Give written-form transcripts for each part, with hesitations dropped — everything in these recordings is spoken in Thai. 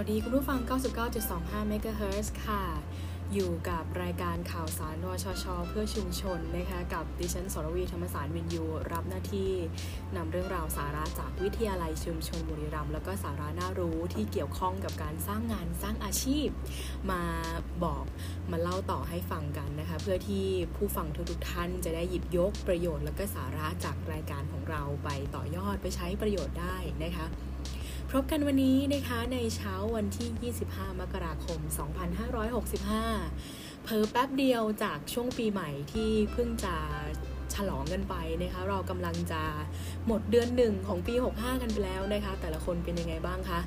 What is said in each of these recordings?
วัสดีคุณผู้ฟัง 99.25 MHz ค่ะอยู่กับรายการข่าวสารวชช.เพื่อชุมชนนะคะกับดิฉันสรวีธรรมสารวินยูรับหน้าที่นำเรื่องราวสาระจากวิทยาลัยชุมชนบุรีรัมย์แล้วก็สาระน่ารู้ที่เกี่ยวข้องกับการสร้างงานสร้างอาชีพมาบอกมาเล่าต่อให้ฟังกันนะคะเพื่อที่ผู้ฟังทุกท่านจะได้หยิบยกประโยชน์และก็สาระจากรายการของเราไปต่อยอดไปใช้ประโยชน์ได้นะคะพบกันวันนี้นะคะในเช้าวันที่25มกราคม2565เพิ่มแป๊บเดียวจากช่วงปีใหม่ที่เพิ่งจะฉลองกันไปนะคะเรากำลังจะหมดเดือน1ของปี65กันไปแล้วนะคะแต่ละคนเป็นยังไงบ้างคะ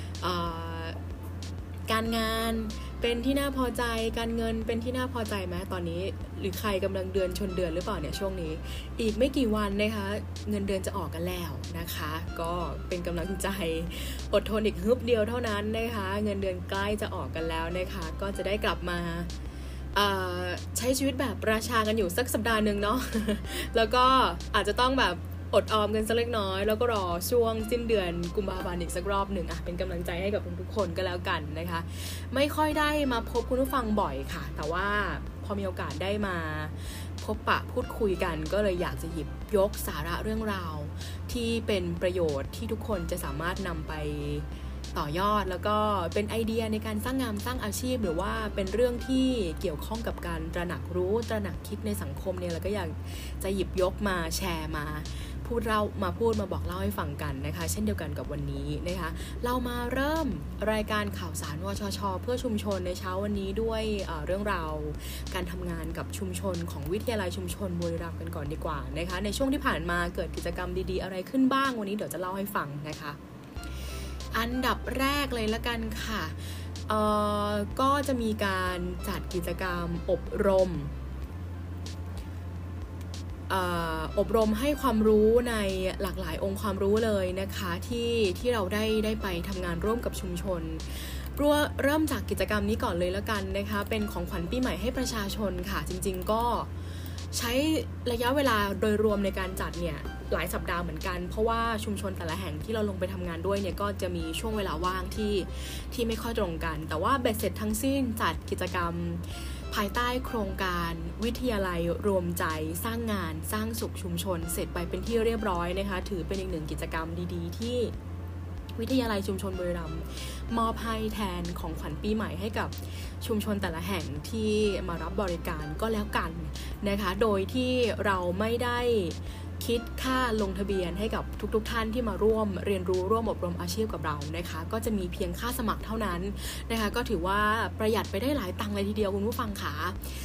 การงานเป็นที่น่าพอใจการเงินเป็นที่น่าพอใจไหมตอนนี้หรือใครกำลังเดือนชนเดือนหรือเปล่าเนี่ยช่วงนี้อีกไม่กี่วันนะคะเงินเดือนจะออกกันแล้วนะคะก็เป็นกำลังใจอดทนอีกฮึบเดียวเท่านั้นนะคะเงินเดือนใกล้จะออกกันแล้วนะคะก็จะได้กลับมาใช้ชีวิตแบบราชากันอยู่สักสัปดาห์นึงเนาะ แล้วก็อาจจะต้องแบบอดออมกันสักเล็กน้อยแล้วก็รอช่วงสิ้นเดือนกุมภาพันธ์อีกสักรอบหนึ่งเป็นกำลังใจให้กับทุกคนก็แล้วกันนะคะไม่ค่อยได้มาพบคุณผู้ฟังบ่อยค่ะแต่ว่าพอมีโอกาสได้มาพบปะพูดคุยกันก็เลยอยากจะหยิบยกสาระเรื่องราวที่เป็นประโยชน์ที่ทุกคนจะสามารถนำไปต่อยอดแล้วก็เป็นไอเดียในการสร้างงานสร้างอาชีพหรือว่าเป็นเรื่องที่เกี่ยวข้องกับการตระหนักรู้ตระหนักคิดในสังคมเนี่ยแล้วก็อยากจะหยิบยกมาแชร์มาพูดมาบอกเล่าให้ฟังกันนะคะเช่นเดียวกันกับวันนี้นะคะเรามาเริ่มรายการข่าวสารวชช.เพื่อชุมชนในเช้าวันนี้ด้วยเรื่องราวการทำงานกับชุมชนของวิทยาลัยชุมชนบุรีรัมย์กันก่อนดีกว่านะคะในช่วงที่ผ่านมาเกิดกิจกรรมดีๆอะไรขึ้นบ้างวันนี้เดี๋ยวจะเล่าให้ฟังนะคะอันดับแรกเลยละกันค่ะก็จะมีการจัดกิจกรรมอบรมให้ความรู้ในหลากหลายองค์ความรู้เลยนะคะที่เราได้ไปทำงานร่วมกับชุมชนเริ่มจากกิจกรรมนี้ก่อนเลยแล้วกันนะคะเป็นของขวัญปีใหม่ให้ประชาชนค่ะจริงๆก็ใช้ระยะเวลาโดยรวมในการจัดเนี่ยหลายสัปดาห์เหมือนกันเพราะว่าชุมชนแต่ละแห่งที่เราลงไปทำงานด้วยเนี่ยก็จะมีช่วงเวลาว่างที่ไม่ค่อยตรงกันแต่ว่าเบ็ดเสร็จทั้งสิ้นจัดกิจกรรมภายใต้โครงการวิทยาลัยรวมใจสร้างงานสร้างสุขชุมชนเสร็จไปเป็นที่เรียบร้อยนะคะถือเป็นอีกหนึ่งกิจกรรมดีๆที่วิทยาลัยชุมชนบุรีรัมย์มอบให้แทนของขวัญปีใหม่ให้กับชุมชนแต่ละแห่งที่มารับบริการก็แล้วกันนะคะโดยที่เราไม่ได้คิดค่าลงทะเบียนให้กับทุกท่านที่มาร่วมเรียนรู้ร่วมอบรมอาชีพกับเรานะคะก็จะมีเพียงค่าสมัครเท่านั้นนะคะก็ถือว่าประหยัดไปได้หลายตังค์เลยทีเดียวคุณผู้ฟังค่ะ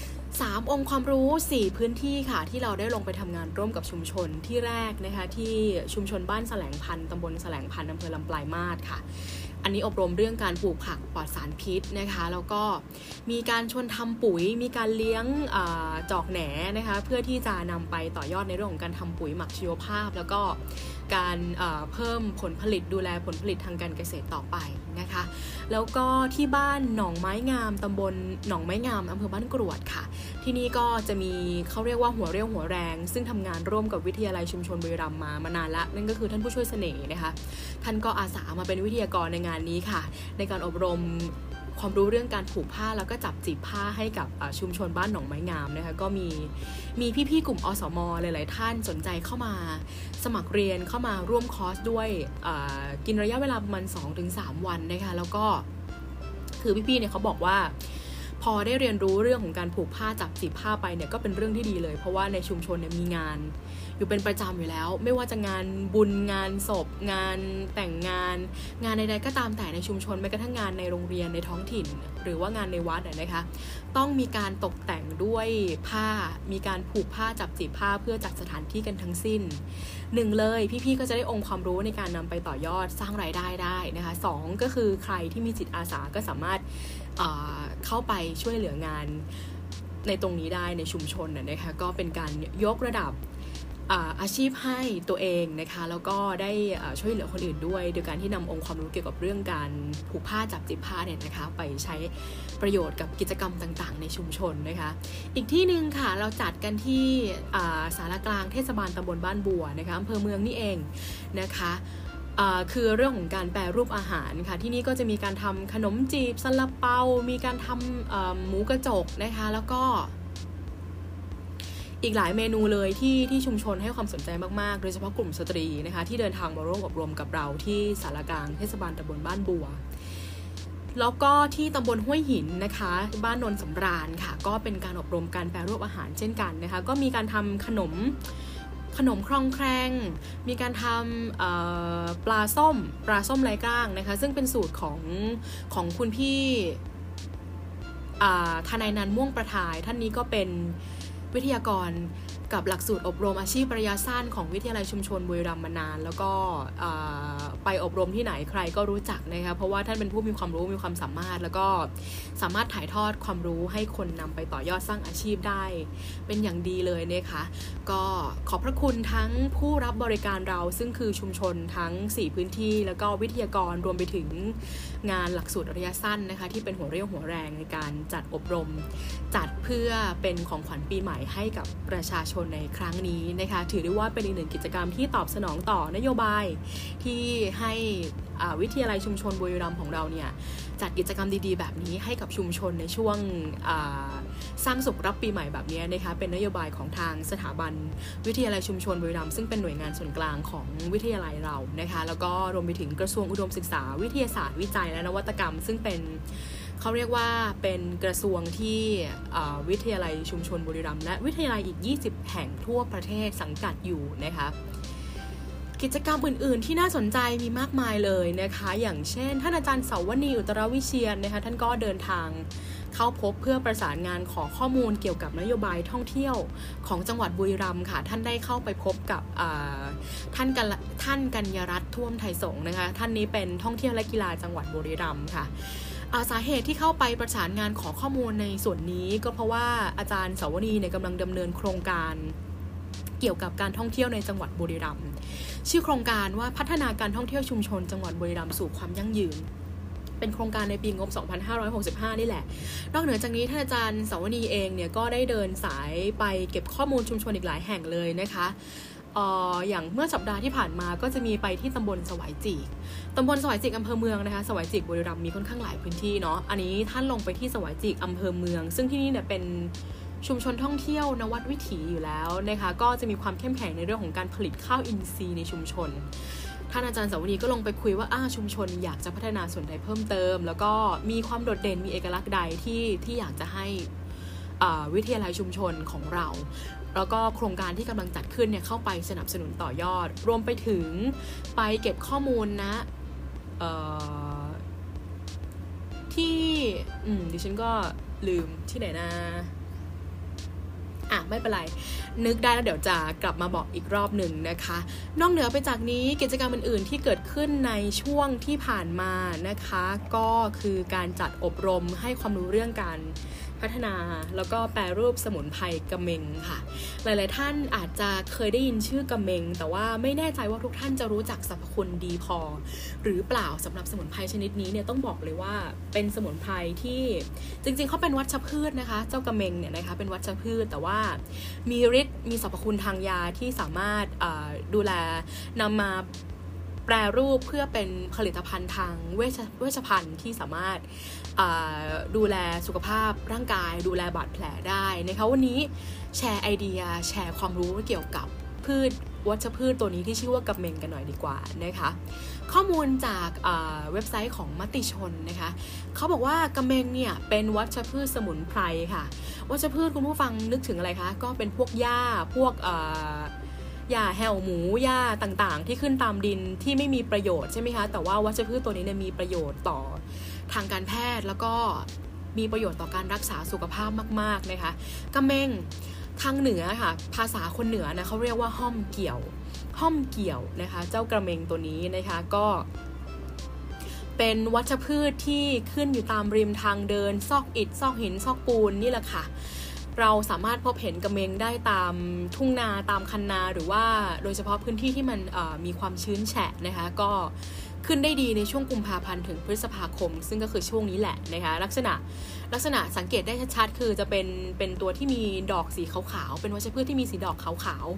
3องค์ความรู้4พื้นที่ค่ะที่เราได้ลงไปทำงานร่วมกับชุมชนที่แรกนะคะที่ชุมชนบ้านแสลงพันธุ์ตำบลแสลงพันธุ์อำเภอลำปลายมาศค่ะอันนี้อบรมเรื่องการปลูกผักปลอดสารพิษนะคะแล้วก็มีการชวนทำปุ๋ยมีการเลี้ยงจอกแหนนะคะเพื่อที่จะนำไปต่อยอดในเรื่องของการทำปุ๋ยหมักชีวภาพแล้วก็การเพิ่มผลผลิตดูแลผลผลิตทางการเกษตรต่อไปนะคะแล้วก็ที่บ้านหนองไม้งามตำบลหนองไม้งามอำเภอบ้านกรวดค่ะที่นี่ก็จะมีเขาเรียกว่าหัวเรี่ยวหัวแรงซึ่งทำงานร่วมกับวิทยาลัยชุมชนบุรีรัมย์มานานละนั่นก็คือท่านผู้ช่วยเสน่ห์นะคะท่านก็อาสามาเป็นวิทยากรในงานนี้ค่ะในการอบรมความรู้เรื่องการผูกผ้าแล้วก็จับจีบผ้าให้กับชุมชนบ้านหนองไม้งามนะคะก็มีพี่ๆกลุ่มอสม.หลายๆท่านสนใจเข้ามาสมัครเรียนเข้ามาร่วมคอร์สด้วยกินระยะเวลาประมาณ 2-3 วันนะคะแล้วก็คือพี่ๆเนี่ยเขาบอกว่าพอได้เรียนรู้เรื่องของการผูกผ้าจับจีบผ้าไปเนี่ยก็เป็นเรื่องที่ดีเลยเพราะว่าในชุมชนเนี่ยมีงานอยู่เป็นประจำอยู่แล้วไม่ว่าจะงานบุญงานศพงานแต่งงานใดๆก็ตามแต่ในชุมชนแม้กระทั่งงานในโรงเรียนในท้องถิ่นหรือว่างานในวัดนะคะต้องมีการตกแต่งด้วยผ้ามีการผูกผ้าจับจีบผ้าเพื่อจัดสถานที่กันทั้งสิ้น1เลยพี่ๆก็จะได้องค์ความรู้ในการนำไปต่อยอดสร้างรายได้ได้นะคะ2ก็คือใครที่มีจิตอาสาก็สามารถเข้าไปช่วยเหลืองานในตรงนี้ได้ในชุมชนนะคะก็เป็นการยกระดับอาชีพให้ตัวเองนะคะแล้วก็ได้ช่วยเหลือคนอื่นด้วยโดยการที่นำองค์ความรู้เกี่ยวกับเรื่องการผูกผ้าจับจีบผ้าเนี่ยนะคะไปใช้ประโยชน์กับกิจกรรมต่างๆในชุมชนนะคะอีกที่นึงค่ะเราจัดกันที่ศาลากลางเทศบาลตำบลบ้านบัวนะคะอำเภอเมืองนี่เองนะคะคือเรื่องของการแปรรูปอาหารค่ะที่นี่ก็จะมีการทำขนมจีบซาลาเปามีการทำหมูกระจกนะคะแล้วก็อีกหลายเมนูเลยที่ชุมชนให้ความสนใจมากๆโดยเฉพาะกลุ่มสตรีนะคะที่เดินทางมาร่วมอบรมกับเราที่ศาลากลางเทศบาลตำบลบ้านบัวแล้วก็ที่ตำบลห้วยหินนะคะบ้านนนสำราญค่ะก็เป็นการอบรมการแปรรูปอาหารเช่นกันนะคะก็มีการทำขนมครองแครงมีการทำปลาส้มไร้กล้างนะคะซึ่งเป็นสูตรของคุณพี่ทนายนันท์ม่วงประทายท่านนี้ก็เป็นวิทยากรกับหลักสูตรอบรมอาชีพระยะสั้นของวิทยาลัยชุมชนบุรีรัมย์มานานแล้วก็ไปอบรมที่ไหนใครก็รู้จักนะคะเพราะว่าท่านเป็นผู้มีความรู้มีความสามารถแล้วก็สามารถถ่ายทอดความรู้ให้คนนำไปต่อยอดสร้างอาชีพได้เป็นอย่างดีเลยนะคะก็ขอบพระคุณทั้งผู้รับบริการเราซึ่งคือชุมชนทั้ง4พื้นที่แล้วก็วิทยากรรวมไปถึงงานหลักสูตรระยะสั้นนะคะที่เป็นหัวเรี่ยวหัวแรงในการจัดอบรมจัดเพื่อเป็นของขวัญปีใหม่ให้กับประชาชนในครั้งนี้นะคะถือได้ว่าเป็นอีกหนึ่งกิจกรรมที่ตอบสนองต่อนโยบายที่ให้วิทยาลัยชุมชนบุรีรัมย์ของเราเนี่ยจัดกิจกรรมดีๆแบบนี้ให้กับชุมชนในช่วงสร้างสุขรับปีใหม่แบบนี้นะคะเป็นนโยบายของทางสถาบันวิทยาลัยชุมชนบุรีรัมย์ซึ่งเป็นหน่วยงานส่วนกลางของวิทยาลัยเรานะคะแล้วก็รวมไปถึงกระทรวงอุดมศึกษาวิทยาศาสตร์วิจัยและนวัตกรรมซึ่งเป็นเขาเรียกว่าเป็นกระทรวงที่วิทยาลัยชุมชนบุรีรัมย์และวิทยาลัยอีก20แห่งทั่วประเทศสังกัดอยู่นะคะกิจกรรมอื่นๆที่น่าสนใจมีมากมายเลยนะคะอย่างเช่นท่านอาจารย์เสาวณีอุตรวิเชียรนะคะท่านก็เดินทางเข้าพบเพื่อประสานงานขอข้อมูลเกี่ยวกับนโยบายท่องเที่ยวของจังหวัดบุรีรัมย์ค่ะท่านได้เข้าไปพบกับท่านกัญญรัตน์ท่วมไทยสงฆ์นะคะท่านนี้เป็นท่องเที่ยวและกีฬาจังหวัดบุรีรัมย์ค่ะสาเหตุที่เข้าไปประสานงานขอข้อมูลในส่วนนี้ก็เพราะว่าอาจารย์เสาวณีเนี่ยกำลังดำเนินโครงการเกี่ยวกับการท่องเที่ยวในจังหวัดบุรีรัมย์ชื่อโครงการว่าพัฒนาการท่องเที่ยวชุมชนจังหวัดบุรีรัมย์สู่ความยั่งยืนเป็นโครงการในปีงบ 2565 นี่แหละนอกเหนือจากนี้ท่านอาจารย์เสาวณีเองเนี่ยก็ได้เดินสายไปเก็บข้อมูลชุมชนอีกหลายแห่งเลยนะคะอย่างเมื่อสัปดาห์ที่ผ่านมาก็จะมีไปที่ตำบลสวายจีกอำเภอเมืองนะคะสวายจีกบุรีรัมย์มีค่อนข้างหลายพื้นที่เนาะอันนี้ท่านลงไปที่สวายจีกอำเภอเมืองซึ่งที่นี่เนี่ยเป็นชุมชนท่องเที่ยวนวัดวิถีอยู่แล้วนะคะก็จะมีความเข้มแข็งในเรื่องของการผลิตข้าวอินทรีย์ในชุมชนท่านอาจารย์เสาวณีก็ลงไปคุยว่าชุมชนอยากจะพัฒนาส่วนใดเพิ่มเติมแล้วก็มีความโดดเด่นมีเอกลักษณ์ใดที่อยากจะให้วิทยาลัยชุมชนของเราแล้วก็โครงการที่กำลังจัดขึ้นเนี่ยเข้าไปสนับสนุนต่อยอดรวมไปถึงไปเก็บข้อมูลนะที่ดิฉันก็ลืมที่ไหนนะไม่เป็นไรนึกได้แล้วเดี๋ยวจะกลับมาบอกอีกรอบหนึ่งนะคะนอกเหนือไปจากนี้กิจกรรมอื่นๆที่เกิดขึ้นในช่วงที่ผ่านมานะคะก็คือการจัดอบรมให้ความรู้เรื่องการพัฒนาแล้วก็แปรรูปสมุนไพรกะเมงค่ะหลายๆท่านอาจจะเคยได้ยินชื่อกะเมงแต่ว่าไม่แน่ใจว่าทุกท่านจะรู้จักสรรพคุณดีพอหรือเปล่าสำหรับสมุนไพรชนิดนี้เนี่ยต้องบอกเลยว่าเป็นสมุนไพรที่จริงๆเขาเป็นวัชพืชนะคะเจ้ากะเมงเนี่ยนะคะเป็นวัชพืชแต่ว่ามีฤทธิ์มีสรรพคุณทางยาที่สามารถดูแลนำมาแปรรูปเพื่อเป็นผลิตภัณฑ์ทางเวชภัณฑ์ที่สามารถดูแลสุขภาพร่างกายดูแลบาดแผลได้นะคะวันนี้แชร์ไอเดียแชร์ความรู้เกี่ยวกับวัชพืชตัวนี้ที่ชื่อว่ากะเมงกันหน่อยดีกว่านะคะข้อมูลจากเว็บไซต์ของมติชนนะคะเขาบอกว่ากะเมงเนี่ยเป็นวัชพืชสมุนไพรค่ะวัชพืชคุณผู้ฟังนึกถึงอะไรคะก็เป็นพวกหญ้าพวกหญ้าแห้วหมูหญ้าต่างๆที่ขึ้นตามดินที่ไม่มีประโยชน์ใช่ไหมคะแต่ว่าวัชพืชตัวนี้เนี่ยมีประโยชน์ต่อทางการแพทย์แล้วก็มีประโยชน์ต่อการรักษาสุขภาพมากๆนะคะกะเมงทางเหนือค่ะภาษาคนเหนือนะเขาเรียกว่าห้อมเกี่ยวนะคะเจ้ากระเมงตัวนี้นะคะก็เป็นวัชพืชที่ขึ้นอยู่ตามริมทางเดินซอกอิฐซอกหินซอกปูนนี่แหละค่ะเราสามารถพบเห็นกระเมงได้ตามทุ่งนาตามคันนาหรือว่าโดยเฉพาะพื้นที่ที่มันมีความชื้นแฉะนะคะก็ขึ้นได้ดีในช่วงกุมภาพันธ์ถึงพฤษภาคมซึ่งก็คือช่วงนี้แหละนะคะลักษณะสังเกตได้ชัดๆคือจะเป็นตัวที่มีดอกสีขาวๆเป็นวัชพืชที่มีสีดอกขาวๆ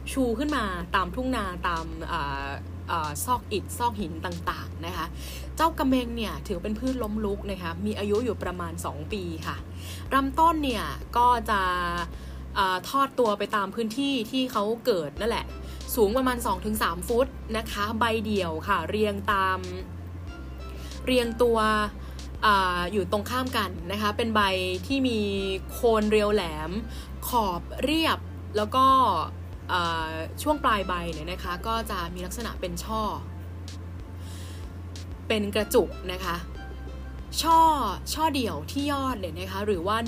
ชูขึ้นมาตามทุ่งนาตามซอกอิฐซอกหินต่างๆนะคะเจ้ากระเมงเนี่ยถือเป็นพืชล้มลุกนะคะมีอายุอยู่ประมาณ2ปีค่ะลำต้นเนี่ยก็จะทอดตัวไปตามพื้นที่ที่เขาเกิดนั่นแหละสูงประมาณ 2-3 ฟุตนะคะใบเดี่ยวค่ะเรียงตัวอยู่ตรงข้ามกันนะคะเป็นใบที่มีโคนเรียวแหลมขอบเรียบแล้วก็ช่วงปลายใบเนี่ยนะคะก็จะมีลักษณะเป็นช่อเป็นกระจุกนะคะช่อเดี่ยวที่ยอดเนี่ยนะคะหรือว่า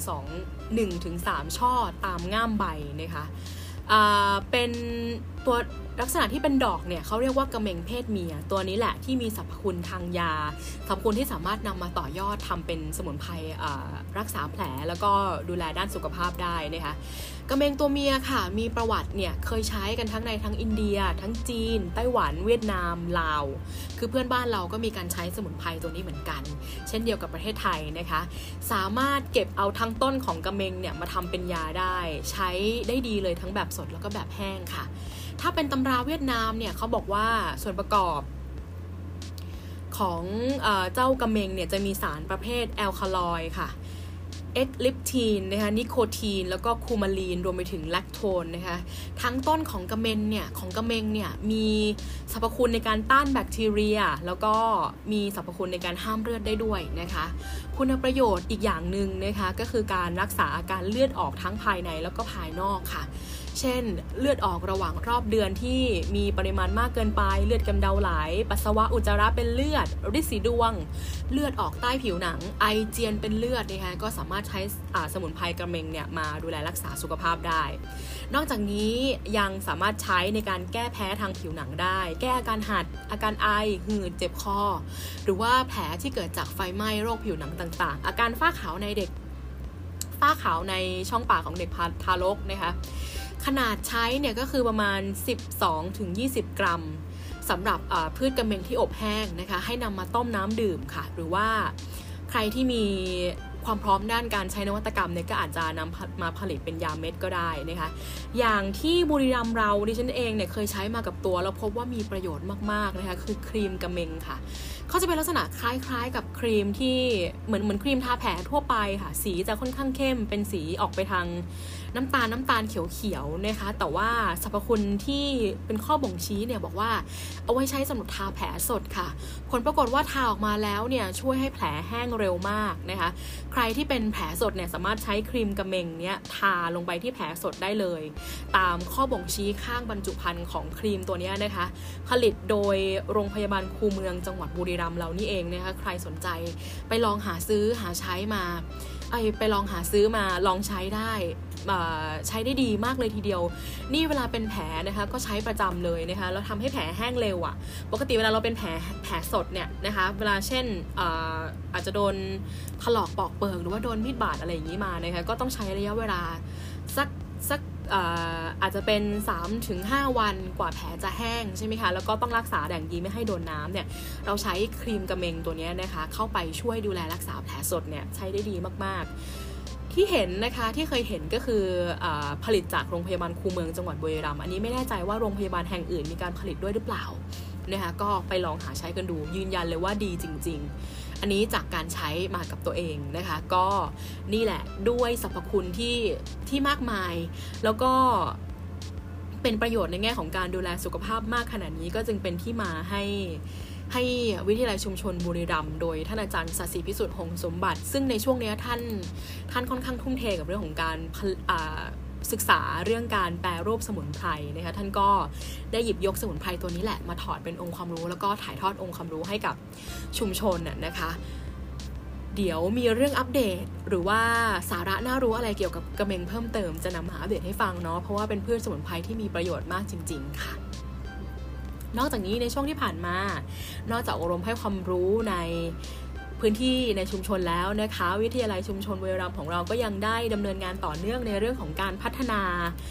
1-3 ช่อตามง่ามใบนะคะเป็นตัวลักษณะที่เป็นดอกเนี่ยเขาเรียกว่ากระเมงเพศเมียตัวนี้แหละที่มีสรรพคุณทางยาสรรพคุณที่สามารถนำมาต่อยอดทำเป็นสมุนไพรรักษาแผลแล้วก็ดูแลด้านสุขภาพได้นะคะกระเมงตัวเมียค่ะมีประวัติเนี่ยเคยใช้กันทั้งในทั้งอินเดียทั้งจีนไต้หวันเวียดนามลาวคือเพื่อนบ้านเราก็มีการใช้สมุนไพรตัวนี้เหมือนกันเช่นเดียวกับประเทศไทยนะคะสามารถเก็บเอาทั้งต้นของกระเมงเนี่ยมาทำเป็นยาได้ใช้ได้ดีเลยทั้งแบบสดแล้วก็แบบแห้งค่ะถ้าเป็นตำราเวียดนามเนี่ยเขาบอกว่าส่วนประกอบของเจ้ากระเมงเนี่ยจะมีสารประเภทแอลคาลอยด์ค่ะเอ็กลิปทีนนะคะนิโคทีนแล้วก็คูมาลีนรวมไปถึงแลคโทนนะคะทั้งต้นของกระเมงเนี่ยมีสรรพคุณในการต้านแบคทีเรียแล้วก็มีสรรพคุณในการห้ามเลือดได้ด้วยนะคะคุณประโยชน์อีกอย่างหนึ่งนะคะก็คือการรักษาอาการเลือดออกทั้งภายในแล้วก็ภายนอกค่ะเช่นเลือดออกระหว่างรอบเดือนที่มีปริมาณมากเกินไปเลือดกำเดาไหลปัสสาวะอุจจาระเป็นเลือดฤทธิ์สีดวงเลือดออกใต้ผิวหนังไอเจียนเป็นเลือดนะคะก็สามารถใช้สมุนไพรกระเมงเนี่ยมาดูแลรักษาสุขภาพได้นอกจากนี้ยังสามารถใช้ในการแก้แพ้ทางผิวหนังได้แก้อาการหัดอาการไอหืดเจ็บคอหรือว่าแผลที่เกิดจากไฟไหม้โรคผิวหนังต่างๆอาการฝ้าขาวในเด็กฝ้าขาวในช่องปากของเด็กทารกนะคะขนาดใช้เนี่ยก็คือประมาณ 12-20 กรัมสำหรับพืชกระเมงที่อบแห้งนะคะให้นำมาต้มน้ำดื่มค่ะหรือว่าใครที่มีความพร้อมด้านการใช้นวัตกรรมเนี่ยก็อาจจะนำมาผลิตเป็นยาเม็ดก็ได้นะคะอย่างที่บุรีรัมย์เราดิฉันเองเนี่ยเคยใช้มากับตัวแล้วพบว่ามีประโยชน์มากๆนะคะคือครีมกระเมงค่ะเขาจะเป็นลักษณะคล้ายๆกับครีมที่เหมือนครีมทาแผลทั่วไปค่ะสีจะค่อนข้างเข้มเป็นสีออกไปทางน้ำตาลเขียวๆนะคะแต่ว่าสรรพคุณที่เป็นข้อบ่งชี้เนี่ยบอกว่าเอาไว้ใช้สำหรับทาแผลสดค่ะผลปรากฏว่าทาออกมาแล้วเนี่ยช่วยให้แผลแห้งเร็วมากนะคะใครที่เป็นแผลสดเนี่ยสามารถใช้ครีมกระเมงเนี่ยทาลงไปที่แผลสดได้เลยตามข้อบ่งชี้ข้างบรรจุภัณฑ์ของครีมตัวนี้นะคะผลิตโดยโรงพยาบาลคูเมืองจังหวัดบุรีรัมย์เรานี่เองนะคะใครสนใจไปลองหาใช้มาไปลองหาซื้อมาลองใช้ได้ใช้ได้ดีมากเลยทีเดียวนี่เวลาเป็นแผลนะคะก็ใช้ประจำเลยนะคะแล้วทำให้แผลแห้งเร็วปกติเวลาเราเป็นแผลสดเนี่ยนะคะเวลาเช่นอาจจะโดนถลอกปอกเปิกหรือว่าโดนมีดบาดอะไรอย่างนี้มานะคะก็ต้องใช้ระยะเวลาสักอาจจะเป็น 3-5 วันกว่าแผลจะแห้งใช่ไหมคะแล้วก็ต้องรักษาแดงดีไม่ให้โดนน้ำเนี่ยเราใช้ครีมกระเมงตัวนี้นะคะเข้าไปช่วยดูแลรักษาแผลสดเนี่ยใช้ได้ดีมากๆที่เห็นนะคะที่เคยเห็นก็คือผลิตจากโรงพยาบาลคูเมืองจังหวัดบุรีรัมย์อันนี้ไม่แน่ใจว่าโรงพยาบาลแห่งอื่นมีการผลิตด้วยหรือเปล่านะคะก็ไปลองหาใช้กันดูยืนยันเลยว่าดีจริงๆอันนี้จากการใช้มากับตัวเองนะคะก็นี่แหละด้วยสรรพคุณที่มากมายแล้วก็เป็นประโยชน์ในแง่ของการดูแลสุขภาพมากขนาดนี้ก็จึงเป็นที่มาให้วิทยาลัยชุมชนบุรีรัมย์โดยท่านอาจารย์ศศิพิสุทธิ์หงส์สมบัติซึ่งในช่วงนี้ท่านค่อนข้างทุ่มเทกับเรื่องของการศึกษาเรื่องการแปรรูปสมุนไพรนะคะท่านก็ได้หยิบยกสมุนไพรตัวนี้แหละมาถอดเป็นองค์ความรู้แล้วก็ถ่ายทอดองค์ความรู้ให้กับชุมชนนะคะเดี๋ยวมีเรื่องอัปเดตหรือว่าสาระน่ารู้อะไรเกี่ยวกับกระเมงเพิ่มเติมจะนำมาอัปเดตให้ฟังเนาะเพราะว่าเป็นพืชสมุนไพรที่มีประโยชน์มากจริงๆค่ะนอกจากนี้ในช่วงที่ผ่านมานอกจากอบรมให้ความรู้ในพื้นที่ในชุมชนแล้วนะคะวิทยาลัยชุมชนบุรีรัมย์ของเราก็ยังได้ดำเนินงานต่อเนื่องในเรื่องของการพัฒนา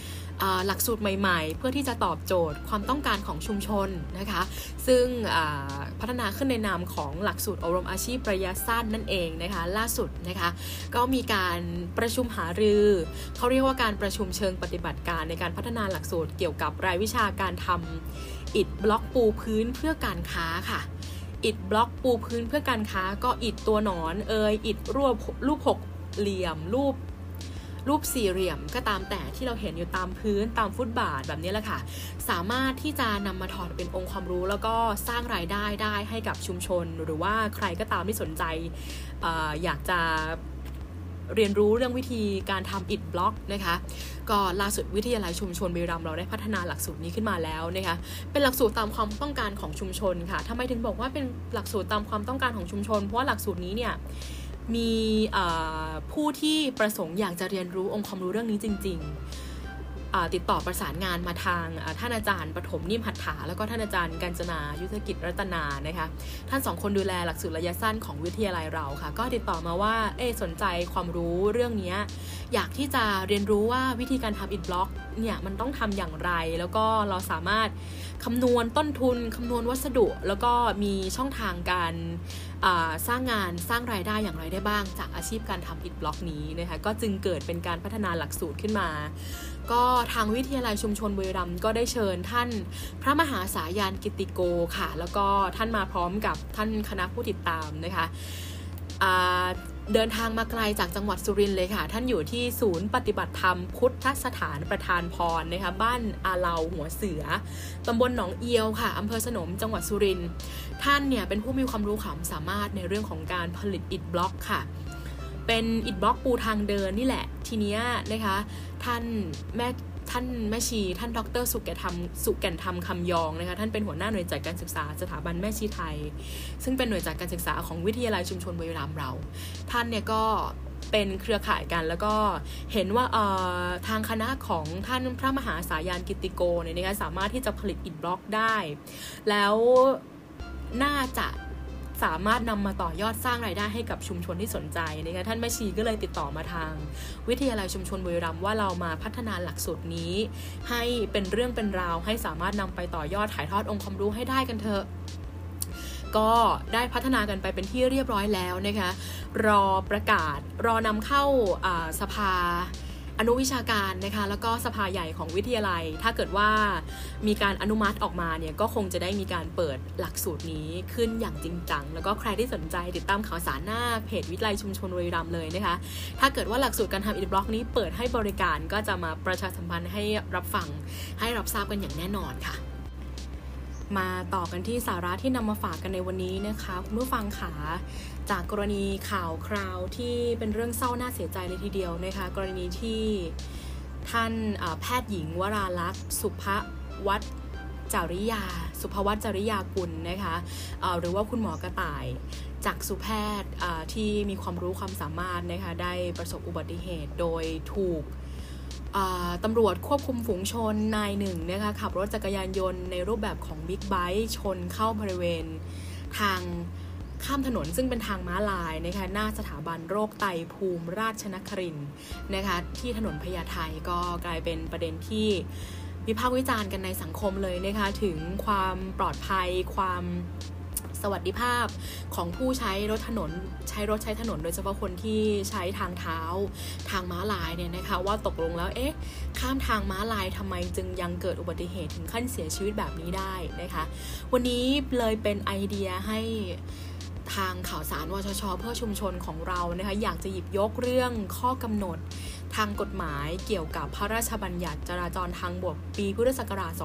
หลักสูตรใหม่ๆเพื่อที่จะตอบโจทย์ความต้องการของชุมชนนะคะซึ่งพัฒนาขึ้นในนามของหลักสูตรอบรมอาชีพระยะสั้นนั่นเองนะคะล่าสุดนะคะก็มีการประชุมหารือเขาเรียกว่าการประชุมเชิงปฏิบัติการในการพัฒนาหลักสูตรเกี่ยวกับรายวิชาการทำอิฐบล็อกปูพื้นเพื่อการค้าค่ะอิฐบล็อกปูพื้นเพื่อการค้าก็อิฐตัวหนอนอิฐรูปหกเหลี่ยมรูปสี่เหลี่ยมก็ตามแต่ที่เราเห็นอยู่ตามพื้นตามฟุตบาทแบบนี้แหละค่ะสามารถที่จะนำมาถอดเป็นองค์ความรู้แล้วก็สร้างรายได้ได้ให้กับชุมชนหรือว่าใครก็ตามที่สนใจอยากจะเรียนรู้เรื่องวิธีการทำอิฐบล็อกนะคะก็ล่าสุดวิทยาลัยชุมชนบุรีรัมย์เราได้พัฒนาหลักสูตรนี้ขึ้นมาแล้วนะคะเป็นหลักสูตรตามความต้องการของชุมชนค่ะทำไมถึงบอกว่าเป็นหลักสูตรตามความต้องการของชุมชนเพราะว่าหลักสูตรนี้เนี่ยมีผู้ที่ประสงค์อยากจะเรียนรู้องค์ความรู้เรื่องนี้จริงๆติดต่อประสานงานมาทางท่านอาจารย์ปฐมนิ่มหัตถาแล้วก็ท่านอาจารย์กาญจนายุทธกิจรัตนานะคะท่านสองคนดูแลหลักสูตรระยะสั้นของวิทยาลัยเราค่ะก็ติดต่อมาว่าสนใจความรู้เรื่องนี้อยากที่จะเรียนรู้ว่าวิธีการทำอิฐบล็อกเนี่ยมันต้องทำอย่างไรแล้วก็เราสามารถคำนวณต้นทุนคำนวณวัสดุแล้วก็มีช่องทางการสร้างงานสร้างรายได้อย่างไรได้บ้างจากอาชีพการทำอิฐบล็อกนี้นะคะก็จึงเกิดเป็นการพัฒนาหลักสูตรขึ้นมาก็ทางวิทยาลัยชุมชนบุรีรัมย์ก็ได้เชิญท่านพระมหาสายันกิตติโกค่ะแล้วก็ท่านมาพร้อมกับท่านคณะผู้ติดตามนะคะเดินทางมาไกลจากจังหวัดสุรินทร์เลยค่ะท่านอยู่ที่ศูนย์ปฏิบัติธรรมพุทธสถานประธานพรนะคะบ้านอาเลาหัวเสือตำบลหนองเอียวค่ะอำเภอสนมจังหวัดสุรินทร์ท่านเนี่ยเป็นผู้มีความรู้ความสามารถในเรื่องของการผลิตอิฐบล็อกค่ะเป็นอิฐบล็อกปูทางเดินนี่แหละทีเนี้ยนะคะท่านแม่ชีท่านดร.สุแก่นธรรมคำยองนะคะท่านเป็นหัวหน้าหน่วยจัดการศึกษาสถาบันแม่ชีไทยซึ่งเป็นหน่วยจัดการศึกษาของวิทยาลัยชุมชนบุรีรัมย์เราท่านเนี่ยก็เป็นเครือข่ายกันแล้วก็เห็นว่าทางคณะของท่านพระมหาสายันกิตติโกเนี่ยนะคะสามารถที่จะผลิตอิฐบล็อกได้แล้วน่าจะสามารถนำมาต่อยอดสร้างรายได้ให้กับชุมชนที่สนใจนะคะท่านแม่ชีก็เลยติดต่อมาทางวิทยาลัยชุมชนบุรีรัมย์ว่าเรามาพัฒนาหลักสูตรนี้ให้เป็นเรื่องเป็นราวให้สามารถนำไปต่อยอดถ่ายทอดองค์ความรู้ให้ได้กันเถอะก็ได้พัฒนากันไปเป็นที่เรียบร้อยแล้วนะคะรอประกาศรอนำเข้าสภาอนุวิชาการนะคะแล้วก็สภาใหญ่ของวิทยาลัยถ้าเกิดว่ามีการอนุมัติออกมาเนี่ยก็คงจะได้มีการเปิดหลักสูตรนี้ขึ้นอย่างจริงจังแล้วก็ใครที่สนใจติดตามข่าวสารหน้าเพจวิทยาลัยชุมชนบุรีรัมย์เลยนะคะถ้าเกิดว่าหลักสูตรการทำอิฐบล็อกนี้เปิดให้บริการก็จะมาประชาสัมพันธ์ให้รับฟังให้รับทราบกันอย่างแน่นอนค่ะมาต่อกันที่สาระที่นำมาฝากกันในวันนี้นะคะคุณผู้ฟังค่ะจากกรณีข่าวคราวที่เป็นเรื่องเศร้าน่าเสียใจเลยทีเดียวนะคะกรณีที่ท่านแพทย์หญิงวราลักษณ์สุภวัฒน์จริยากุลนะคะหรือว่าคุณหมอกระต่ายจักษุแพทย์ที่มีความรู้ความสามารถนะคะได้ประสบอุบัติเหตุโดยถูกตำรวจควบคุมฝูงชนนายหนึ่งนะคะขับรถจักรยานยนต์ในรูปแบบของบิ๊กไบค์ชนเข้าบริเวณทางข้ามถนนซึ่งเป็นทางม้าลายนะคะหน้าสถาบันโรคไตภูมิราชนครินทร์นะคะที่ถนนพญาไทก็กลายเป็นประเด็นที่วิพากษ์วิจารณ์กันในสังคมเลยนะคะถึงความปลอดภัยความสวัสดิภาพของผู้ใช้รถใช้ถนนโดยเฉพาะคนที่ใช้ทางเท้าทางม้าลายเนี่ยนะคะว่าตกลงแล้วข้ามทางม้าลายทำไมจึงยังเกิดอุบัติเหตุถึงขั้นเสียชีวิตแบบนี้ได้นะคะวันนี้เลยเป็นไอเดียให้ทางข่าวสารวชช.เพื่อชุมชนของเรานะคะอยากจะหยิบยกเรื่องข้อกำหนดทางกฎหมายเกี่ยวกับพระราชบัญญัติจราจรทางบกปีพุทธศักราช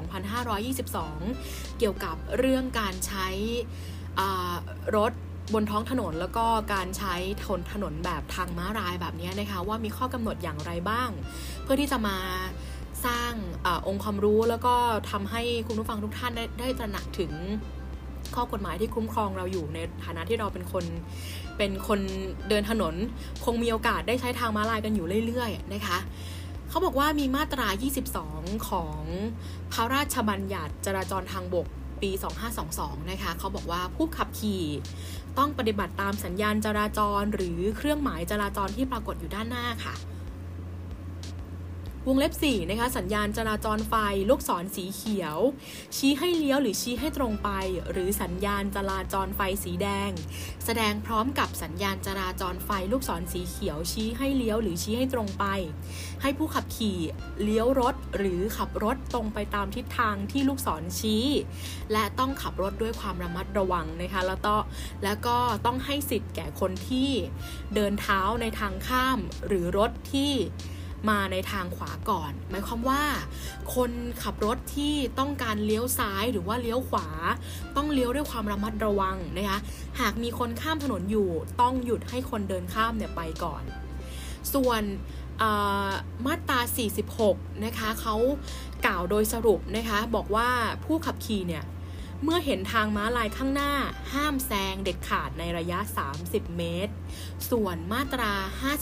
2522 เกี่ยวกับเรื่องการใช้รถบนท้องถนนแล้วก็การใช้ถนนแบบทางม้าลายแบบนี้นะคะว่ามีข้อกำหนดอย่างไรบ้างเพื่อที่จะมาสร้างองค์ความรู้แล้วก็ทำให้คุณผู้ฟังทุกท่านได้ตระหนักถึงข้อกฎหมายที่คุ้มครองเราอยู่ในฐานะที่เราเป็นคนเดินถนนคงมีโอกาสได้ใช้ทางม้าลายกันอยู่เรื่อยๆนะคะเขาบอกว่ามีมาตรา 22 ของพระราชบัญญัติจราจรทางบกปี 2522 นะคะเขาบอกว่าผู้ขับขี่ต้องปฏิบัติตามสัญญาณจราจรหรือเครื่องหมายจราจรที่ปรากฏอยู่ด้านหน้าค่ะวงเล็บ4นะคะสัญญาณจราจรไฟลูกศรสีเขียวชี้ให้เลี้ยวหรือชี้ให้ตรงไปหรือสัญญาณจราจรไฟสีแดงแสดงพร้อมกับสัญญาณจราจรไฟลูกศรสีเขียวชี้ให้เลี้ยวหรือชี้ให้ตรงไปให้ผู้ขับขี่เลี้ยวรถหรือขับรถตรงไปตามทิศทางที่ลูกศรชี้และต้องขับรถด้วยความระมัดระวังนะคะแล้วก็ต้องให้สิทธิ์แก่คนที่เดินเท้าในทางข้ามหรือรถที่มาในทางขวาก่อนหมายความว่าคนขับรถที่ต้องการเลี้ยวซ้ายหรือว่าเลี้ยวขวาต้องเลี้ยวด้วยความระมัดระวังนะคะหากมีคนข้ามถนนอยู่ต้องหยุดให้คนเดินข้ามเนี่ยไปก่อนส่วนมาตรา46นะคะเขากล่าวโดยสรุปนะคะบอกว่าผู้ขับขี่เนี่ยเมื่อเห็นทางม้าลายข้างหน้าห้ามแซงเด็ดขาดในระยะ30เมตรส่วนมาตรา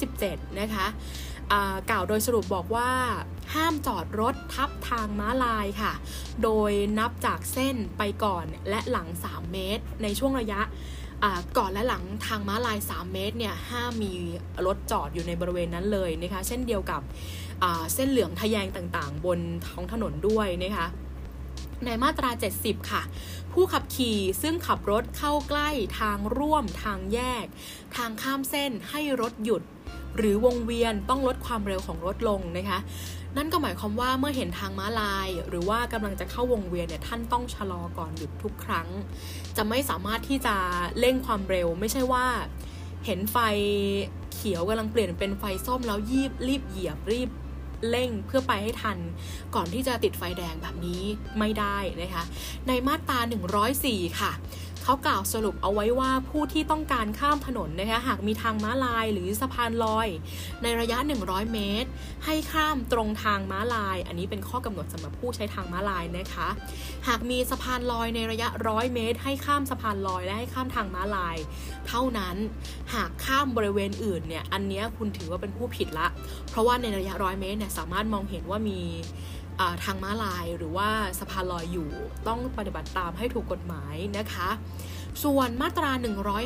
57นะคะกล่าวโดยสรุปบอกว่าห้ามจอดรถทับทางม้าลายค่ะโดยนับจากเส้นไปก่อนและหลัง3เมตรในช่วงระยะก่อนและหลังทางม้าลาย3เมตรเนี่ยห้ามมีรถจอดอยู่ในบริเวณนั้นเลยนะคะเช่นเดียวกับเส้นเหลืองทะแยงต่างๆบนท้องถนนด้วยนะคะในมาตรา70ค่ะผู้ขับขี่ซึ่งขับรถเข้าใกล้ทางร่วมทางแยกทางข้ามเส้นให้รถหยุดหรือวงเวียนต้องลดความเร็วของรถลงนะคะนั่นก็หมายความว่าเมื่อเห็นทางม้าลายหรือว่ากำลังจะเข้าวงเวียนเนี่ยท่านต้องชะลอก่อนหยุดทุกครั้งจะไม่สามารถที่จะเร่งความเร็วไม่ใช่ว่าเห็นไฟเขียวกำลังเปลี่ยนเป็นไฟส้มแล้วรีบเหยียบรีบเร่งเพื่อไปให้ทันก่อนที่จะติดไฟแดงแบบนี้ไม่ได้นะคะในมาตรา104ค่ะเขากล่าวสรุปเอาไว้ว่าผู้ที่ต้องการข้ามถนนนะคะหากมีทางม้าลายหรือสะพานลอยในระยะ100เมตรให้ข้ามตรงทางม้าลายอันนี้เป็นข้อกำหนดสำหรับผู้ใช้ทางม้าลายนะคะหากมีสะพานลอยในระยะ100เมตรให้ข้ามสะพานลอยและให้ข้ามทางม้าลายเท่านั้นหากข้ามบริเวณอื่นเนี่ยอันนี้คุณถือว่าเป็นผู้ผิดละเพราะว่าในระยะ100เมตรเนี่ยสามารถมองเห็นว่ามีทางม้าลายหรือว่าสะพานลอยอยู่ต้องปฏิบัติตามให้ถูกกฎหมายนะคะส่วนมาตรา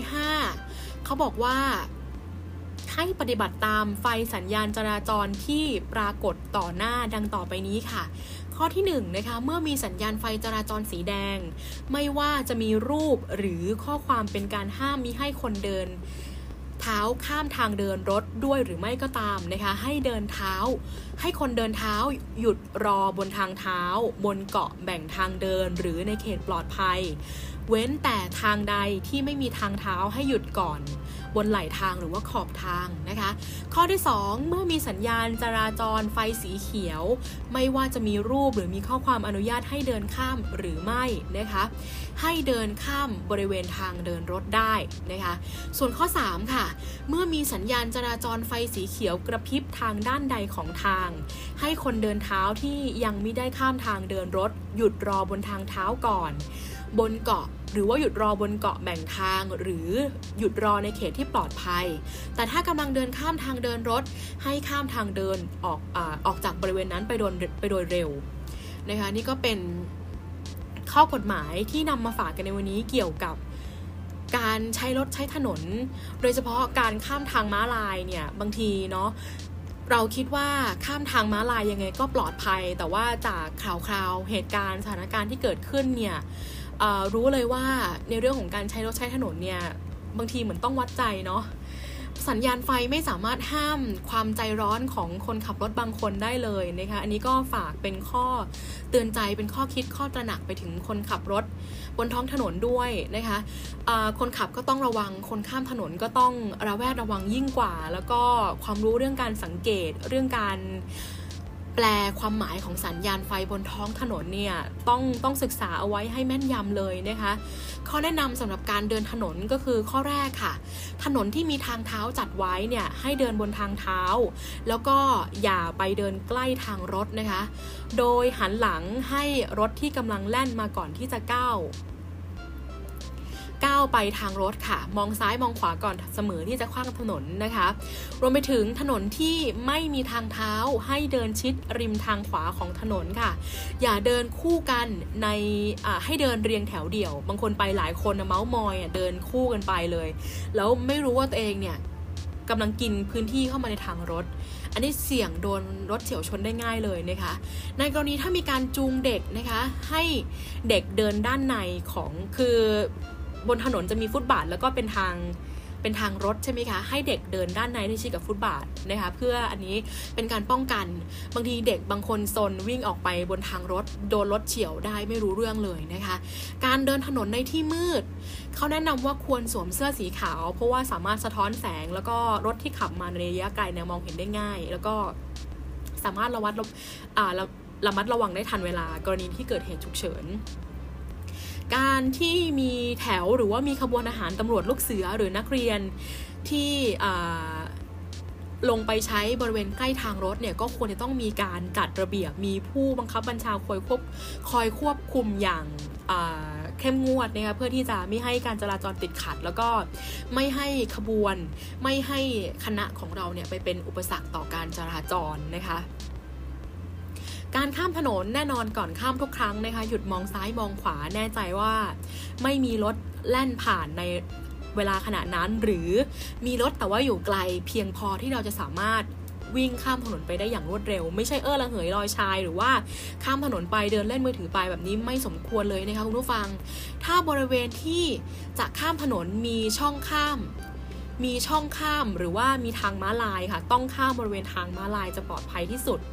105เขาบอกว่าให้ปฏิบัติตามไฟสัญญาณจราจรที่ปรากฏต่อหน้าดังต่อไปนี้ค่ะข้อที่1นะคะเมื่อมีสัญญาณไฟจราจรสีแดงไม่ว่าจะมีรูปหรือข้อความเป็นการห้ามมิให้คนเดินเท้าข้ามทางเดินรถด้วยหรือไม่ก็ตามนะคะให้คนเดินเท้าหยุดรอบนทางเท้าบนเกาะแบ่งทางเดินหรือในเขตปลอดภัยเว้นแต่ทางใดที่ไม่มีทางเท้าให้หยุดก่อนบนไหล่ทางหรือว่าขอบทางนะคะข้อที่2เมื่อมีสัญญาณจราจรไฟสีเขียวไม่ว่าจะมีรูปหรือมีข้อความอนุญาตให้เดินข้ามหรือไม่นะคะให้เดินข้ามบริเวณทางเดินรถได้นะคะส่วนข้อ3ค่ะเมื่อมีสัญญาณจราจรไฟสีเขียวกระพริบทางด้านใดของทางให้คนเดินเท้าที่ยังไม่ได้ข้ามทางเดินรถหยุดรอบนทางเท้าก่อนบนเกาะหรือว่าหยุดรอบนเกาะแบ่งทางหรือหยุดรอในเขตที่ปลอดภัยแต่ถ้ากำลังเดินข้ามทางเดินรถให้ข้ามทางเดินออกจากบริเวณนั้นไปโดยเร็วนะคะนี่ก็เป็นข้อกฎหมายที่นำมาฝากกันในวันนี้เกี่ยวกับการใช้รถใช้ถนนโดยเฉพาะการข้ามทางม้าลายเนี่ยบางทีเนาะเราคิดว่าข้ามทางม้าลายยังไงก็ปลอดภัยแต่ว่าจากข่าวเหตุการณ์สถานการณ์ที่เกิดขึ้นเนี่ยรู้เลยว่าในเรื่องของการใช้รถใช้ถนนเนี่ยบางทีเหมือนต้องวัดใจเนาะสัญญาณไฟไม่สามารถห้ามความใจร้อนของคนขับรถบางคนได้เลยนะคะอันนี้ก็ฝากเป็นข้อเตือนใจเป็นข้อคิดข้อตระหนักไปถึงคนขับรถบนท้องถนนด้วยนะคะคนขับก็ต้องระวังคนข้ามถนนก็ต้องระแวดระวังยิ่งกว่าแล้วก็ความรู้เรื่องการสังเกตเรื่องการแปลความหมายของสัญญาณไฟบนท้องถนนเนี่ยต้องศึกษาเอาไว้ให้แม่นยำเลยนะคะข้อแนะนำสำหรับการเดินถนนก็คือข้อแรกค่ะถนนที่มีทางเท้าจัดไว้เนี่ยให้เดินบนทางเท้าแล้วก็อย่าไปเดินใกล้ทางรถนะคะโดยหันหลังให้รถที่กำลังแล่นมาก่อนที่จะก้าวไปทางรถค่ะมองซ้ายมองขวาก่อนเสมอที่จะข้ามถนนนะคะรวมไปถึงถนนที่ไม่มีทางเท้าให้เดินชิดริมทางขวาของถนนค่ะอย่าเดินคู่กันให้เดินเรียงแถวเดี่ยวบางคนไปหลายคนเมาส์มอยเดินคู่กันไปเลยแล้วไม่รู้ว่าตัวเองเนี่ยกำลังกินพื้นที่เข้ามาในทางรถอันนี้เสี่ยงโดนรถเฉี่ยวชนได้ง่ายเลยนะคะในกรณีถ้ามีการจูงเด็กนะคะให้เด็กเดินด้านในของคือบนถนนจะมีฟุตบาทแล้วก็เป็นทางรถใช่ไหมคะให้เด็กเดินด้านในที่ชิดกับฟุตบาทนะคะเพื่ออันนี้เป็นการป้องกันบางทีเด็กบางคนซนวิ่งออกไปบนทางรถโดนรถเฉี่ยวได้ไม่รู้เรื่องเลยนะคะการเดินถนนในที่มืดเขาแนะนำว่าควรสวมเสื้อสีขาวเพราะว่าสามารถสะท้อนแสงแล้วก็รถที่ขับมาในระยะไกลเนี่ยมองเห็นได้ง่ายแล้วก็สามารถระมัดระวังได้ทันเวลากรณีที่เกิดเหตุฉุกเฉินการที่มีแถวหรือว่ามีขบวนอาหารตำรวจลูกเสือหรือนักเรียนที่ลงไปใช้บริเวณใกล้ทางรถเนี่ยก็ควรจะต้องมีการจัดระเบียบมีผู้บังคับบัญชาคอยควบคุมอย่างเข้มงวดนะคะเพื่อที่จะไม่ให้การจราจรติดขัดแล้วก็ไม่ให้ขบวนไม่ให้คณะของเราเนี่ยไปเป็นอุปสรรคต่อการจราจรนะคะการข้ามถนนแน่นอนก่อนข้ามทุกครั้งนะคะหยุดมองซ้ายมองขวาแน่ใจว่าไม่มีรถแล่นผ่านในเวลาขณะนั้นหรือมีรถแต่ว่าอยู่ไกลเพียงพอที่เราจะสามารถวิ่งข้ามถนนไปได้อย่างรวดเร็วไม่ใช่ระเหยลอยชายหรือว่าข้ามถนนไปเดินเล่นมือถือไปแบบนี้ไม่สมควรเลยนะคะคุณผู้ฟังถ้าบริเวณที่จะข้ามถนนมีช่องข้ามหรือว่ามีทางม้าลายค่ะต้องข้ามบริเวณทางม้าลายจะปลอดภัยที่สุด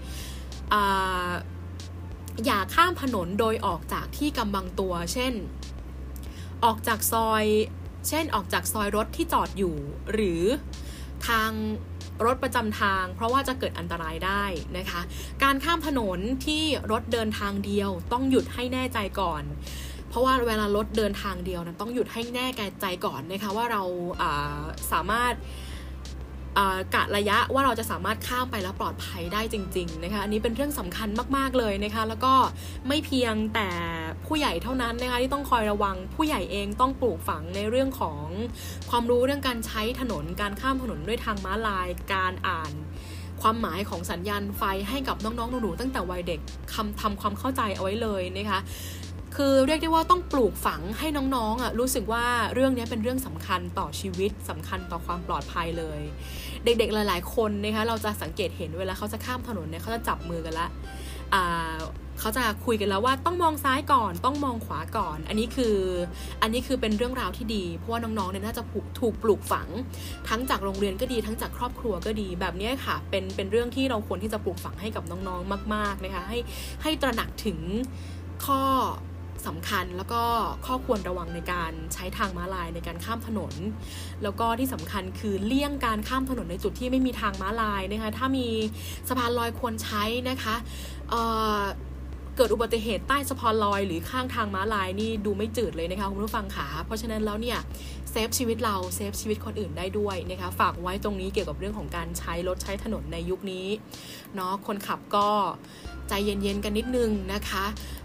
อย่าข้ามถนนโดยออกจากที่กำบังตัวเช่นออกจากซอยรถที่จอดอยู่หรือทางรถประจำทางเพราะว่าจะเกิดอันตรายได้นะคะการข้ามถนนที่รถเดินทางเดียวต้องหยุดให้แน่ใจก่อนเพราะว่าเวลารถเดินทางเดียวนะต้องหยุดให้แน่ใจก่อนนะคะว่าเราสามารถกะระยะว่าเราจะสามารถข้ามไปแล้วปลอดภัยได้จริงๆนะคะอันนี้เป็นเรื่องสำคัญมากๆเลยนะคะแล้วก็ไม่เพียงแต่ผู้ใหญ่เท่านั้นนะคะที่ต้องคอยระวังผู้ใหญ่เองต้องปลูกฝังในเรื่องของความรู้เรื่องการใช้ถนนการข้ามถนนด้วยทางม้าลายการอ่านความหมายของสัญญาณไฟให้กับน้องๆหนูๆตั้งแต่วัยเด็กทำความเข้าใจเอาไว้เลยนะคะคือเรียกได้ว่าต้องปลูกฝังให้น้องๆรู้สึกว่าเรื่องนี้เป็นเรื่องสำคัญต่อชีวิตสำคัญต่อความปลอดภัยเลยเด็กๆหลายๆคนนะคะเราจะสังเกตเห็นเวลาเขาจะข้ามถนนเนี่ยเขาจะจับมือกันละเขาจะคุยกันแล้วว่าต้องมองซ้ายก่อนต้องมองขวาก่อนอันนี้คือเป็นเรื่องราวที่ดีเพราะว่าน้องๆเนี่ยน่าจะถูกปลูกฝังทั้งจากโรงเรียนก็ดีทั้งจากครอบครัวก็ดีแบบนี้ค่ะเป็นเรื่องที่เราควรที่จะปลูกฝังให้กับน้องๆมากๆนะคะให้ตระหนักถึงข้อสำคัญแล้วก็ข้อควรระวังในการใช้ทางม้าลายในการข้ามถนนแล้วก็ที่สำคัญคือเลี่ยงการข้ามถนนในจุดที่ไม่มีทางม้าลายนะคะถ้ามีสะพานลอยควรใช้นะคะเกิดอุบัติเหตุใต้สะพานลอยหรือข้างทางม้าลายนี่ดูไม่จืดเลยนะคะคุณผู้ฟังค่ะเพราะฉะนั้นแล้วเนี่ยเซฟชีวิตเราเซฟชีวิตคนอื่นได้ด้วยนะคะฝากไว้ตรงนี้เกี่ยวกับเรื่องของการใช้รถใช้ถนนในยุคนี้เนาะคนขับก็ใจเย็นๆกันนิดนึงนะคะ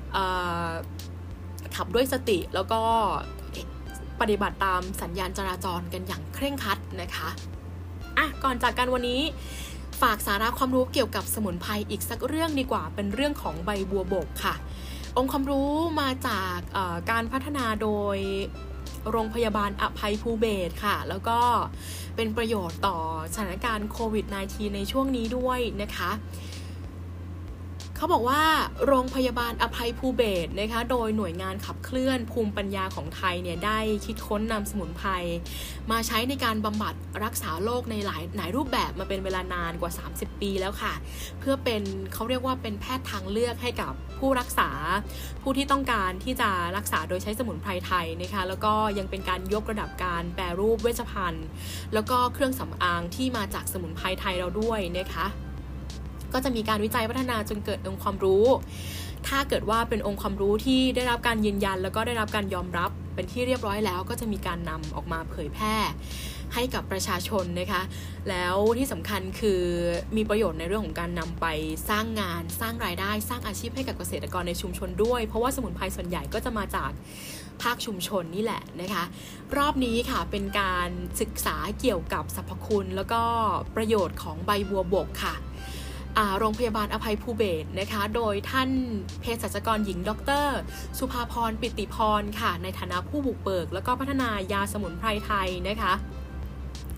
ขับด้วยสติแล้วก็ปฏิบัติตามสัญญาณจราจรกันอย่างเคร่งครัดนะคะก่อนจากกันวันนี้ฝากสาระความรู้เกี่ยวกับสมุนไพรอีกสักเรื่องดีกว่าเป็นเรื่องของใบบัวบกค่ะองค์ความรู้มาจากการพัฒนาโดยโรงพยาบาลอภัยภูเบศรค่ะแล้วก็เป็นประโยชน์ต่อสถานการณ์โควิด -19 ในช่วงนี้ด้วยนะคะเขาบอกว่าโรงพยาบาลอภัยภูเบศรนะคะโดยหน่วยงานขับเคลื่อนภูมิปัญญาของไทยเนี่ยได้คิดค้นนำสมุนไพรมาใช้ในการบำบัดรักษาโรคในหลายรูปแบบมาเป็นเวลานานกว่า30ปีแล้วค่ะเพื่อเป็นเขาเรียกว่าเป็นแพทย์ทางเลือกให้กับผู้รักษาผู้ที่ต้องการที่จะรักษาโดยใช้สมุนไพรไทยนะคะแล้วก็ยังเป็นการยกระดับการแปรรูปเวชภัณฑ์แล้วก็เครื่องสำอางที่มาจากสมุนไพรไทยเราด้วยนะคะก็จะมีการวิจัยพัฒนาจนเกิดองค์ความรู้ถ้าเกิดว่าเป็นองค์ความรู้ที่ได้รับการยืนยันแล้วก็ได้รับการยอมรับเป็นที่เรียบร้อยแล้วก็จะมีการนำออกมาเผยแพร่ให้กับประชาชนนะคะแล้วที่สำคัญคือมีประโยชน์ในเรื่องของการนำไปสร้างงานสร้างรายได้สร้างอาชีพให้กับเกษตรกรในชุมชนด้วยเพราะว่าสมุนไพรส่วนใหญ่ก็จะมาจากภาคชุมชนนี่แหละนะคะรอบนี้ค่ะเป็นการศึกษาเกี่ยวกับสรรพคุณแล้วก็ประโยชน์ของใบบัวบกค่ะโรงพยาบาลอภัยภูเบศรนะคะโดยท่านเภสัชกรหญิงดร.สุภาพรปิติพรค่ะในฐานะผู้บุกเบิกแล้วก็พัฒนายาสมุนไพรไทยนะคะ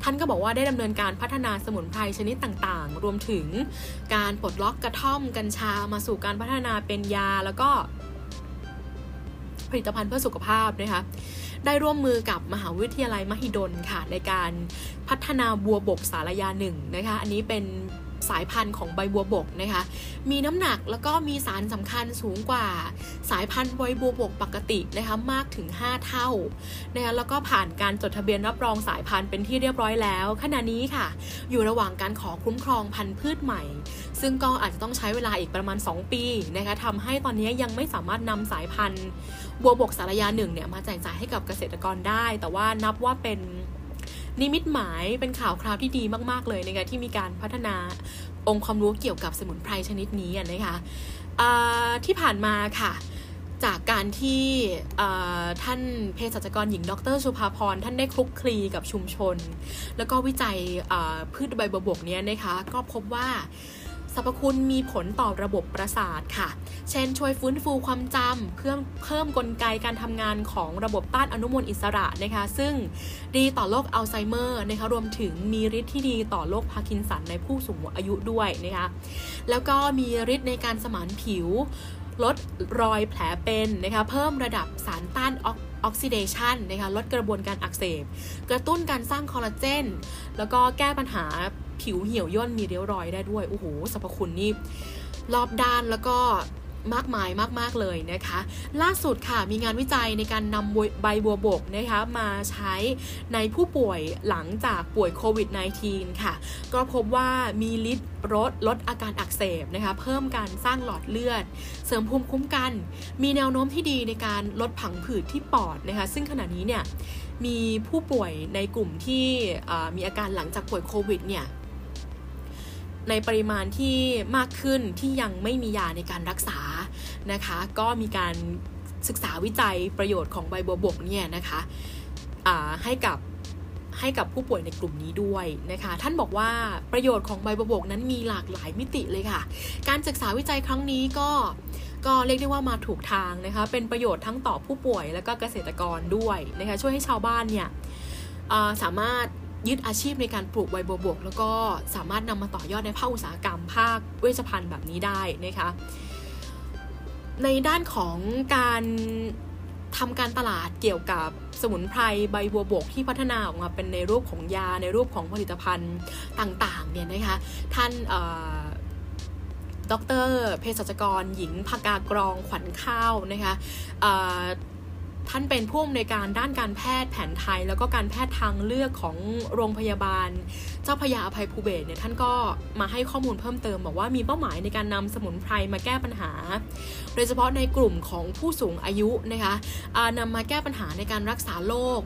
ท่านก็บอกว่าได้ดำเนินการพัฒนาสมุนไพรชนิดต่างๆรวมถึงการปลดล็อกกระท่อมกัญชามาสู่การพัฒนาเป็นยาแล้วก็ผลิตภัณฑ์เพื่อสุขภาพนะคะได้ร่วมมือกับมหาวิทยาลัยมหิดลค่ะในการพัฒนาบัวบกสารยา1นะคะอันนี้เป็นสายพันธุ์ของใบบัวบกนะคะมีน้ำหนักแล้วก็มีสารสำคัญสูงกว่าสายพันธุ์ใบบัวบกปกตินะคะมากถึง5เท่านะคะแล้วก็ผ่านการจดทะเบียนรับรองสายพันธุ์เป็นที่เรียบร้อยแล้วขณะนี้ค่ะอยู่ระหว่างการขอคุ้มครองพันธุ์พืชใหม่ซึ่งก็อาจจะต้องใช้เวลาอีกประมาณ2ปีนะคะทำให้ตอนนี้ยังไม่สามารถนำสายพันธุ์บัวบกสารยา1เนี่ยมาแจกจ่ายให้กับเกษตรกรได้แต่ว่านับว่าเป็นนิมิตหมายเป็นข่าวคราวที่ดีมากๆเลยนะคะที่มีการพัฒนาองค์ความรู้เกี่ยวกับสมุนไพรชนิดนี้นะคะที่ผ่านมาค่ะจากการที่ท่านเภสัชกรหญิงดร.สุภาพรท่านได้คลุกคลีกับชุมชนแล้วก็วิจัยพืชใบบัวบกนี้นะคะก็พบว่าสรรพคุณมีผลต่อระบบประสาทค่ะเช่นช่วยฟื้นฟูความจำเพิ่มกลไกการทำงานของระบบต้านอนุมูลอิสระนะคะซึ่งดีต่อโรคอัลไซเมอร์นะคะรวมถึงมีฤทธิ์ที่ดีต่อโรคพาร์กินสันในผู้สูงอายุด้วยนะคะแล้วก็มีฤทธิ์ในการสมานผิวลดรอยแผลเป็นนะคะเพิ่มระดับสารต้านออกซิเดชันนะคะลดกระบวนการอักเสบกระตุ้นการสร้างคอลลาเจนแล้วก็แก้ปัญหาผิวเหี่ยวย่นมีริ้วรอยได้ด้วยโอ้โหสรรพคุณนี่รอบด้านแล้วก็มากมายมากๆเลยนะคะล่าสุดค่ะมีงานวิจัยในการนำใบบัวบกนะคะมาใช้ในผู้ป่วยหลังจากป่วยโควิด -19 ค่ะก็พบว่ามีฤทธิ์ลดอาการอักเสบนะคะเพิ่มการสร้างหลอดเลือดเสริมภูมิคุ้มกันมีแนวโน้มที่ดีในการลดผังผืดที่ปอดนะคะซึ่งขณะนี้เนี่ยมีผู้ป่วยในกลุ่มที่มีอาการหลังจากป่วยโควิดเนี่ยในปริมาณที่มากขึ้นที่ยังไม่มียาในการรักษานะคะก็มีการศึกษาวิจัยประโยชน์ของใบบัวบกเนี่ยนะคะให้กับผู้ป่วยในกลุ่มนี้ด้วยนะคะท่านบอกว่าประโยชน์ของใบบัวบกนั้นมีหลากหลายมิติเลยค่ะการศึกษาวิจัยครั้งนี้ก็เรียกได้ว่ามาถูกทางนะคะเป็นประโยชน์ทั้งต่อผู้ป่วยและก็เกษตรกรด้วยนะคะช่วยให้ชาวบ้านเนี่ยสามารถยึดอาชีพในการปลูกใบบัวบกแล้วก็สามารถนำมาต่อยอดในภาคอุตสาหกรรมภาคเวชภัณฑ์แบบนี้ได้นะคะในด้านของการทำการตลาดเกี่ยวกับสมุนไพรใบบัวบกที่พัฒนาออกมาเป็นในรูปของยาในรูปของผลิตภัณฑ์ต่างๆเนี่ยนะคะท่านดร.เภสัชกรหญิงภกากรองขวัญข้าวนะคะท่านเป็นผู้อำนวยการด้านการแพทย์แผนไทยแล้วก็การแพทย์ทางเลือกของโรงพยาบาลเจ้าพระยาอภัยภูเบศรเนี่ยท่านก็มาให้ข้อมูลเพิ่มเติมบอกว่ามีเป้าหมายในการนำสมุนไพรมาแก้ปัญหาโดยเฉพาะในกลุ่มของผู้สูงอายุนะคะนำมาแก้ปัญหาในการรักษาโรค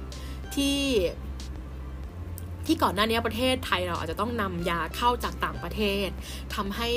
ที่ก่อนหน้านี้ประเทศไทยเราอาจจะต้องนำยาเข้าจากต่างประเทศทำให้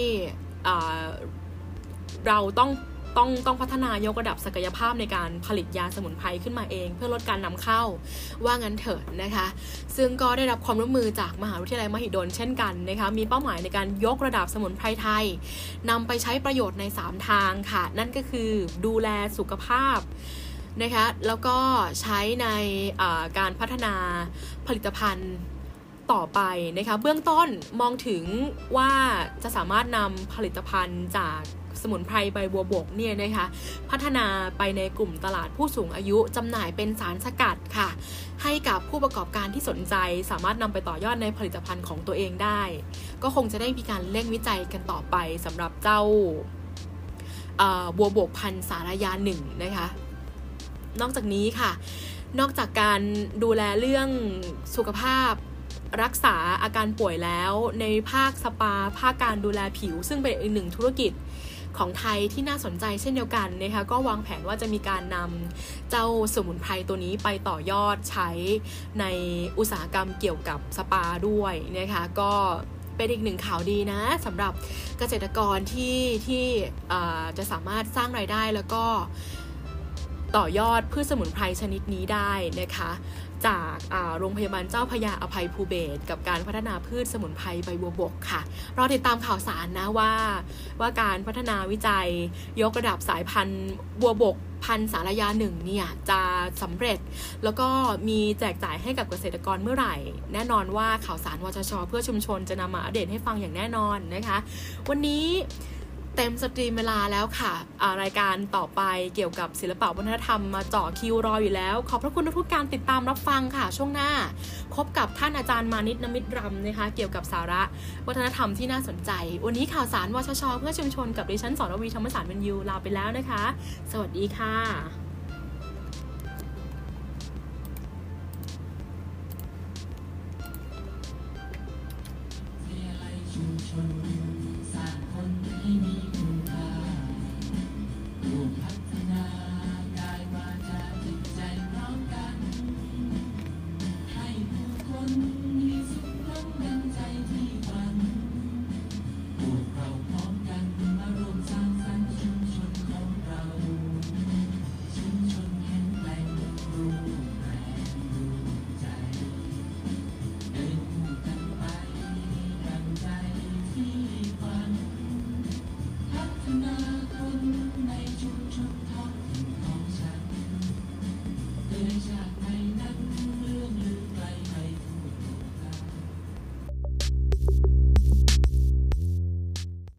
เราต้องพัฒนายกระดับศักยภาพในการผลิตยาสมุนไพรขึ้นมาเองเพื่อลดการนำเข้าว่างั้นเถิดนะคะซึ่งก็ได้รับความร่วมมือจากมหาวิทยาลัยมหิดลเช่นกันนะคะมีเป้าหมายในการยกระดับสมุนไพรไทยนำไปใช้ประโยชน์ใน3ทางค่ะนั่นก็คือดูแลสุขภาพนะคะแล้วก็ใช้ในการพัฒนาผลิตภัณฑ์ต่อไปนะคะเบื้องต้นมองถึงว่าจะสามารถนำผลิตภัณฑ์จากสมุนไพรใบบัวบกเนี่ยนะคะพัฒนาไปในกลุ่มตลาดผู้สูงอายุจำหน่ายเป็นสารสกัดค่ะให้กับผู้ประกอบการที่สนใจสามารถนำไปต่อยอดในผลิตภัณฑ์ของตัวเองได้ก็คงจะได้มีการเร่งวิจัยกันต่อไปสำหรับเจ้าบัวบกพันธุ์สารยา1นะคะนอกจากนี้ค่ะนอกจากการดูแลเรื่องสุขภาพรักษาอาการป่วยแล้วในภาคสปาภาคการดูแลผิวซึ่งเป็นอีกหนึ่งธุรกิจของไทยที่น่าสนใจเช่นเดียวกันนะคะก็วางแผนว่าจะมีการนำเจ้าสมุนไพรตัวนี้ไปต่อยอดใช้ในอุตสาหกรรมเกี่ยวกับสปาด้วยนะคะก็เป็นอีกหนึ่งข่าวดีนะสำหรับเกษตรกรที่จะสามารถสร้างรายได้แล้วก็ต่อยอดพืชสมุนไพรชนิดนี้ได้นะคะจากโรงพยาบาลเจ้าพระยาอภัยภูเบศรกับการพัฒนาพืชสมุนไพรใบบัวบกค่ะรอติดตามข่าวสารนะว่าการพัฒนาวิจัยยกระดับสายพันธุ์บัวบกพันธุ์สารยา1เนี่ยจะสำเร็จแล้วก็มีแจกจ่ายให้กับเกษตรกรเมื่อไหร่แน่นอนว่าข่าวสารวชช.เพื่อชุมชนจะนำมาอัปเดตให้ฟังอย่างแน่นอนนะคะวันนี้เต็มสตรีมเวลาแล้วค่ะรายการต่อไปเกี่ยวกับศิลปะวัฒนธรรมมาเจาะคิวรออยู่แล้วขอบพระคุณทุกการติดตามรับฟังค่ะช่วงหน้าพบกับท่านอาจารย์มานิต นมิตรรำนะคะเกี่ยวกับสาระวัฒนธรรมที่น่าสนใจวันนี้ข่าวสารวชช.เพื่อชุมชนกับดิฉันสรวีธรรมศาสตร์บรรยูลาไปแล้วนะคะสวัสดีค่ะ